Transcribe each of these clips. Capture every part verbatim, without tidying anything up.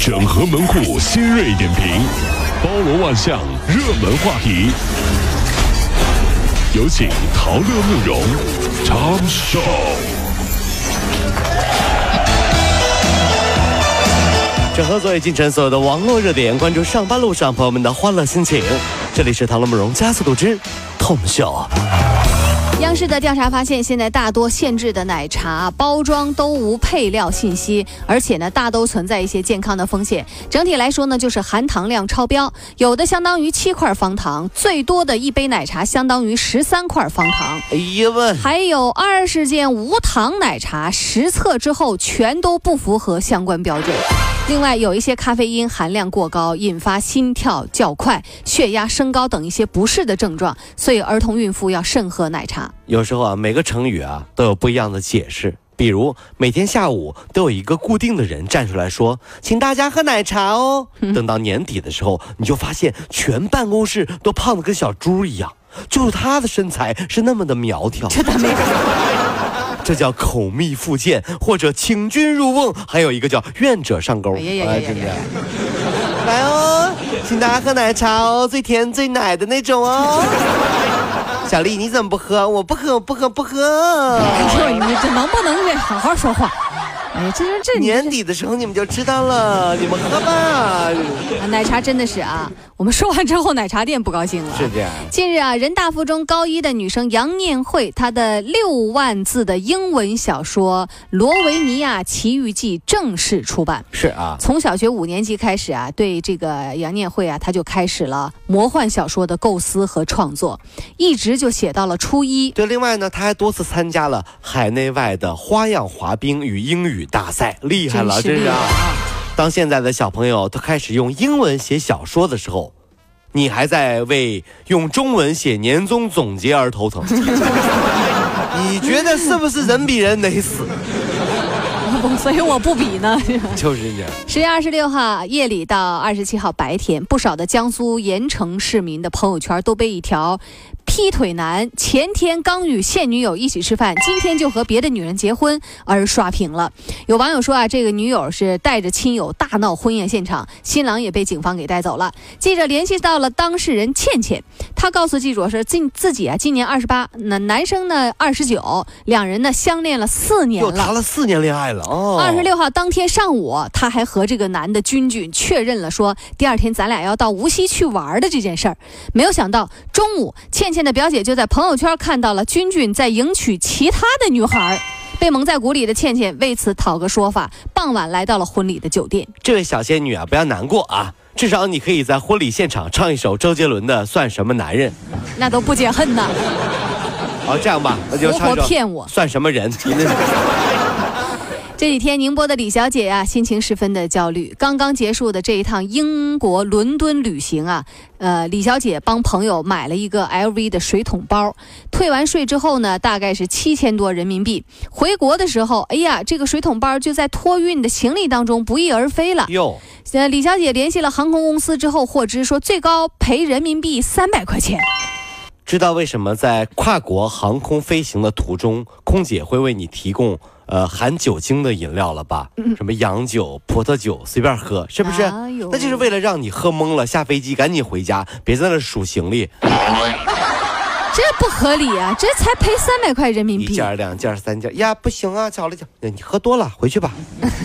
整合门户新锐点评，包罗万象，热门话题。有请陶乐慕容长寿。 整合昨夜今晨所有的网络热点，关注上班路上朋友们的欢乐心情。这里是陶乐慕容加速度之痛秀。 央视的调查发现，现在大多限制的奶茶包装都无配料信息，而且呢，大都存在一些健康的风险。整体来说呢，就是含糖量超标，有的相当于七块方糖，最多的一杯奶茶相当于十三块方糖。 哎呀喂！ 还有二十件无糖奶茶，实测之后全都不符合相关标准。另外，有一些咖啡因含量过高，引发心跳较快、血压升高等一些不适的症状，所以儿童孕妇要慎喝奶茶。 有时候啊，每个成语啊都有不一样的解释。比如每天下午都有一个固定的人站出来说，请大家喝奶茶哦。嗯、等到年底的时候，你就发现全办公室都胖得跟小猪一样，就是他的身材是那么的苗条。 这倒没有。 这叫口蜜腹剑，或者请君入瓮，还有一个叫愿者上钩。 哎呀呀呀呀呀！ 来哦，请大家喝奶茶哦，最甜最奶的那种哦。小丽，你怎么不喝？我不喝，不喝，不喝。 哎呦，你们这能不能好好说话？哎呀，这这年底的时候你们就知道了，你们喝吧。 啊、奶茶真的是啊，我们说完之后，奶茶店不高兴了。 是这样。 近日啊，人大附中高一的女生杨念慧，她的六万字的英文小说《罗维尼亚奇遇记》正式出版。 是啊， 从小学五年级开始啊，对这个杨念慧啊，她就开始了魔幻小说的构思和创作，一直就写到了初一。 对，另外呢，她还多次参加了海内外的花样滑冰与英语大赛，厉害了，真是啊！当现在的小朋友都开始用英文写小说的时候，你还在为用中文写年终总结而头疼。你觉得是不是人比人得死？ 所以我不比呢。 就是这样。 十月二十六号夜里到二十七号白天，不少的江苏盐城市民的朋友圈都被一条劈腿男前天刚与现女友一起吃饭，今天就和别的女人结婚而刷屏了。有网友说啊，这个女友是带着亲友大闹婚宴现场，新郎也被警方给带走了。记者联系到了当事人倩倩，她告诉记者说自自己啊今年二十八，那男生呢二十九，两人呢相恋了四年了， 又谈了四年恋爱了哦。 二十六号当天上午，她还和这个男的君君确认了说，第二天咱俩要到无锡去玩的这件事儿。没有想到中午，倩倩的表姐就在朋友圈看到了君君在迎娶其他的女孩，被蒙在鼓里的倩倩为此讨个说法，傍晚来到了婚礼的酒店。 这位小仙女啊，不要难过啊，至少你可以在婚礼现场唱一首周杰伦的《算什么男人》， 那都不解恨呐。 哦，这样吧，那就唱一首活活骗我， 算什么人？ 这几天宁波的李小姐啊，心情十分的焦虑。刚刚结束的这一趟英国伦敦旅行啊，呃，李小姐帮朋友买了一个 L V 的水桶包，退完税之后呢，大概是七千多人民币。回国的时候，哎呀，这个水桶包就在托运的行李当中不翼而飞了。 哟， 呃，李小姐联系了航空公司之后，获知说最高赔人民币三百块钱。 知道为什么在跨国航空飞行的途中，空姐会为你提供呃含酒精的饮料了吧？嗯、什么洋酒、葡萄酒，随便喝，是不是？哎、那就是为了让你喝懵了，下飞机赶紧回家，别在那数行李。 这不合理啊！这才赔三百块人民币。 一件、两件、三件呀，不行啊，瞧了瞧，你喝多了，回去吧。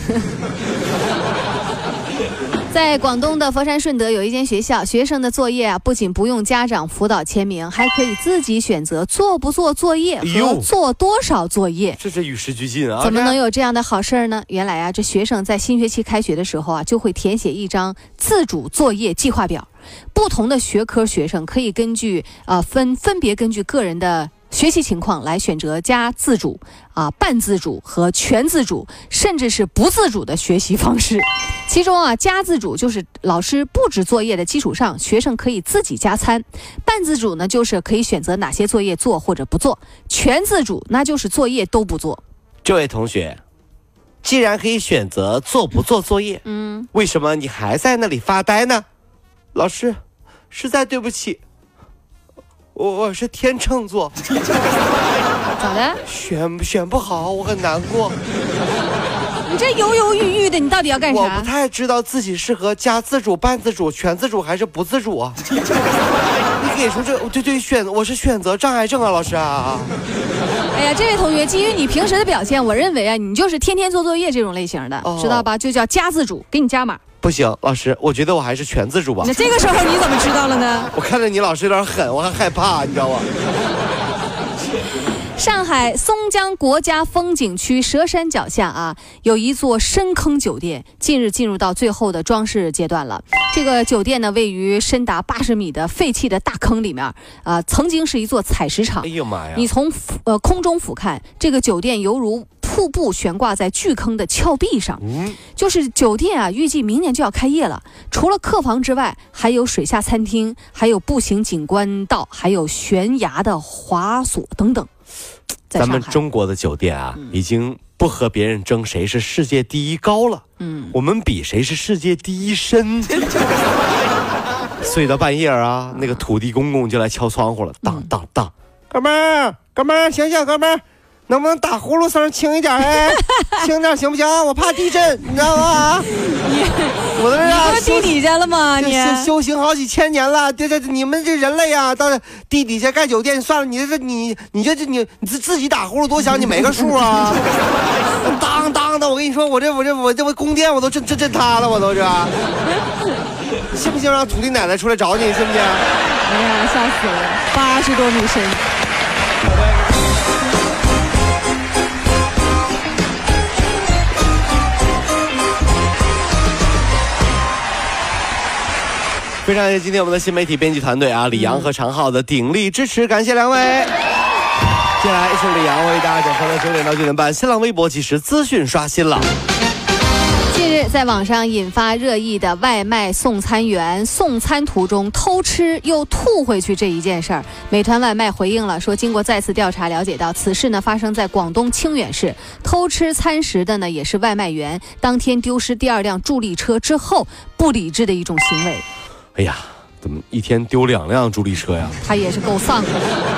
在广东的佛山顺德有一间学校，学生的作业啊，不仅不用家长辅导签名，还可以自己选择做不做作业和做多少作业。 这是与时俱进啊！ 怎么能有这样的好事呢？原来啊，这学生在新学期开学的时候啊，就会填写一张自主作业计划表。不同的学科学生可以根据呃分分别根据个人的学习情况来选择加自主啊、半自主和全自主，甚至是不自主的学习方式。其中啊，加自主就是老师布置作业的基础上，学生可以自己加餐；半自主呢，就是可以选择哪些作业做或者不做；全自主那就是作业都不做。 这位同学，既然可以选择做不做作业，嗯，为什么你还在那里发呆呢？老师，实在对不起，我我是天秤座。 咋的？ 选选不好，我很难过。 你这犹犹豫豫女的，你到底要干啥？ 我不太知道自己适合加自主、半自主、全自主还是不自主啊。你给出这对对选，我是选择障碍症啊，老师啊。 哎呀，这位同学，基于你平时的表现，我认为啊，你就是天天做作业这种类型的，哦、知道吧？就叫加自主，给你加码。 不行，老师，我觉得我还是全自主吧。 那这个时候你怎么知道了呢？ 我看着你老师有点狠，我还害怕，你知道吗？ 上海松江国家风景区佘山脚下啊，有一座深坑酒店，近日进入到最后的装饰阶段了。这个酒店呢，位于深达八十米的废弃的大坑里面，啊、呃，曾经是一座采石场。 哎呦妈呀！ 你从呃空中俯瞰，这个酒店犹如瀑布悬挂在巨坑的峭壁上。嗯，就是酒店啊，预计明年就要开业了。除了客房之外，还有水下餐厅，还有步行景观道，还有悬崖的滑索等等。 咱们中国的酒店啊，嗯、已经不和别人争谁是世界第一高了，嗯，我们比谁是世界第一深。睡到半夜啊，那个土地公公就来敲窗户了，当当当，哥们儿，哥们儿，醒醒，哥们儿，能不能打呼噜声轻一点？哎，轻点行不行？我怕地震，你知道吗？我这啊， 你地底下了吗？你修行好几千年了，这这你们这人类啊，到地底下盖酒店算了，你这你你这这你你自自己打呼噜多响，你没个数啊？当当的，我跟你说，我这我这我这我宫殿我都震震震塌了，我都是。信不信让土地奶奶出来找你？信不信？ 哎呀，吓死了，八十多米深。 非常感谢今天我们的新媒体编辑团队啊，李阳和常浩的鼎力支持，感谢两位。接下来是李阳为大家讲从九点到九点半，新浪微博即时资讯刷新了。 近日，在网上引发热议的外卖送餐员送餐途中偷吃又吐回去这一件事儿，美团外卖回应了，说经过再次调查了解到，此事呢发生在广东清远市，偷吃餐食的呢也是外卖员，当天丢失第二辆助力车之后不理智的一种行为。 哎呀，怎么一天丢两辆助力车呀？ 他也是够丧的。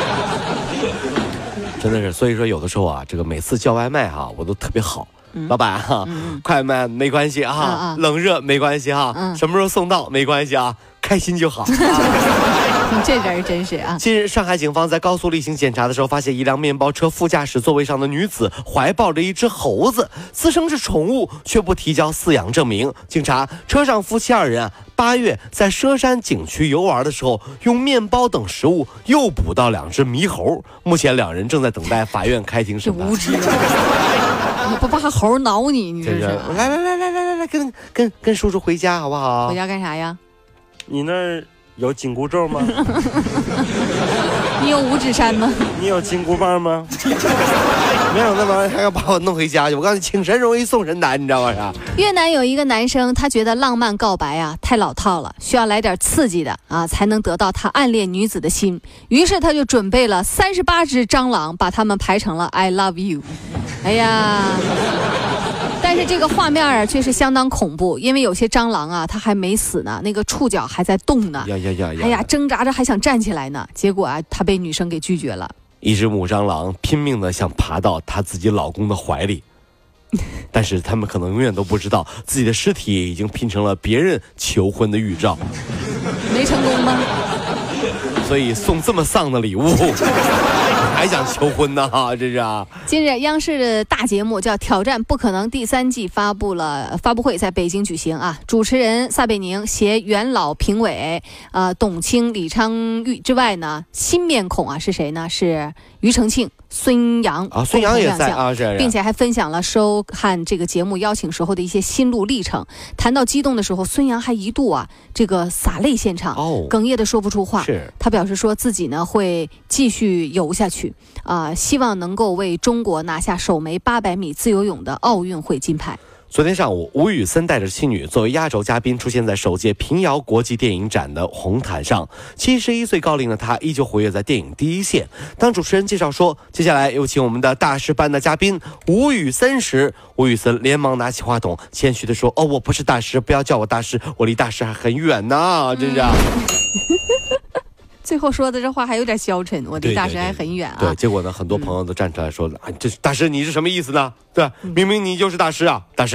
真的是，所以说有的时候啊，这个每次叫外卖哈、啊，我都特别好。嗯、老板哈、啊嗯，快慢没关系哈、啊嗯，冷热没关系哈、嗯，什么时候送到没关系啊，开心就好。啊、 这人真是啊！ 近日，上海警方在高速例行检查的时候，发现一辆面包车副驾驶座位上的女子怀抱着一只猴子，自称是宠物，却不提交饲养证明。经查，车上夫妻二人啊，八月在佘山景区游玩的时候，用面包等食物诱捕到两只猕猴。目前两人正在等待法院开庭审判。 无知、啊，你不怕猴挠你？你这是？ 来来来来来来来，跟跟跟叔叔回家好不好？ 回家干啥呀？ 你那儿有紧箍咒吗？ 你有五指山吗？ 你有金箍棒吗？没有那玩意儿还要把我弄回家去。我告诉你，请神容易送神难，你知道吗？ 越南有一个男生，他觉得浪漫告白啊太老套了，需要来点刺激的啊，才能得到他暗恋女子的心。于是他就准备了三十八只蟑螂，把它们排成了 I love you。哎呀！但是这个画面啊，却是相当恐怖，因为有些蟑螂啊，它还没死呢，那个触角还在动呢。呀呀呀呀！哎呀，挣扎着还想站起来呢，结果啊，他被女生给拒绝了。 一只母蟑螂拼命的想爬到她自己老公的怀里，但是他们可能永远都不知道，自己的尸体已经拼成了别人求婚的预兆。 没成功吗？ 所以送这么丧的礼物。还想求婚呢哈，这是啊！ 近日，央视的大节目叫《挑战不可能》第三季发布了发布会，在北京举行啊。主持人撒贝宁携元老评委呃董卿、李昌钰之外呢，新面孔啊是谁呢？是庾澄庆、孙杨啊，孙杨也在啊，是， 并且还分享了收看这个节目邀请时候的一些心路历程。谈到激动的时候，孙杨还一度啊这个洒泪现场，哦，哽咽的说不出话。 是， 他表示说自己呢会继续游下去。啊、呃，希望能够为中国拿下首枚八百米自由泳的奥运会金牌。 昨天上午，吴宇森带着妻女作为压轴嘉宾出现在首届平遥国际电影展的红毯上。七十一岁高龄的他依旧活跃在电影第一线。当主持人介绍说接下来有请我们的大师班的嘉宾吴宇森时，吴宇森连忙拿起话筒，谦虚地说：“哦，我不是大师，不要叫我大师，我离大师还很远呢。”真是。 最后说的这话还有点消沉，我离大师还很远啊。 对, 对, 对，结果呢，很多朋友都站出来说：“嗯、啊，这大师你是什么意思呢？对，明明你就是大师啊，大师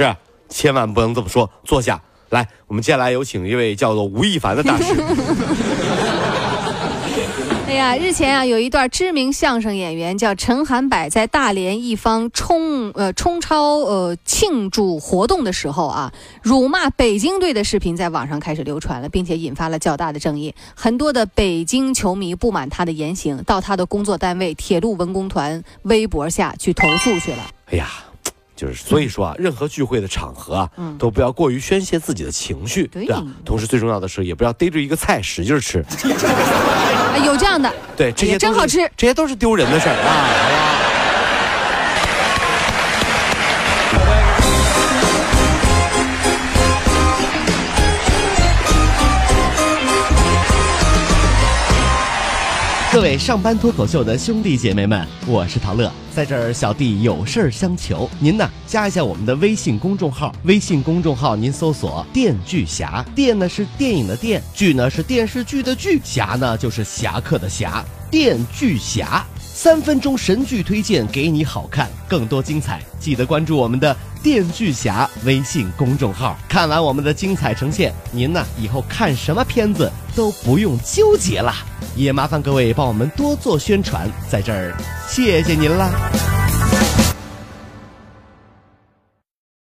千万不能这么说。坐下来，我们接下来有请一位叫做吴亦凡的大师。 哎呀，日前啊，有一段知名相声演员叫陈涵柏，在大连一方冲呃冲超呃庆祝活动的时候啊，辱骂北京队的视频在网上开始流传了，并且引发了较大的争议。很多的北京球迷不满他的言行，到他的工作单位铁路文工团微博下去投诉去了。 哎呀。就是所以说啊，任何聚会的场合啊，嗯、都不要过于宣泄自己的情绪，对吧？同时最重要的是，也不要逮着一个菜使劲吃。 啊、有这样的， 对，这些真好吃， 这些都是丢人的事儿啊！哎呀。 各位上班脱口秀的兄弟姐妹们，我是陶乐，在这儿小弟有事儿相求，您呢加一下我们的微信公众号，微信公众号您搜索电锯侠，电呢是电影的电，剧呢是电视剧的剧，侠呢就是侠客的侠，电锯侠，三分钟神剧推荐给你好看，更多精彩记得关注我们的电锯侠微信公众号。看完我们的精彩呈现，您呢以后看什么片子都不用纠结了，也麻烦各位帮我们多做宣传，在这儿谢谢您啦。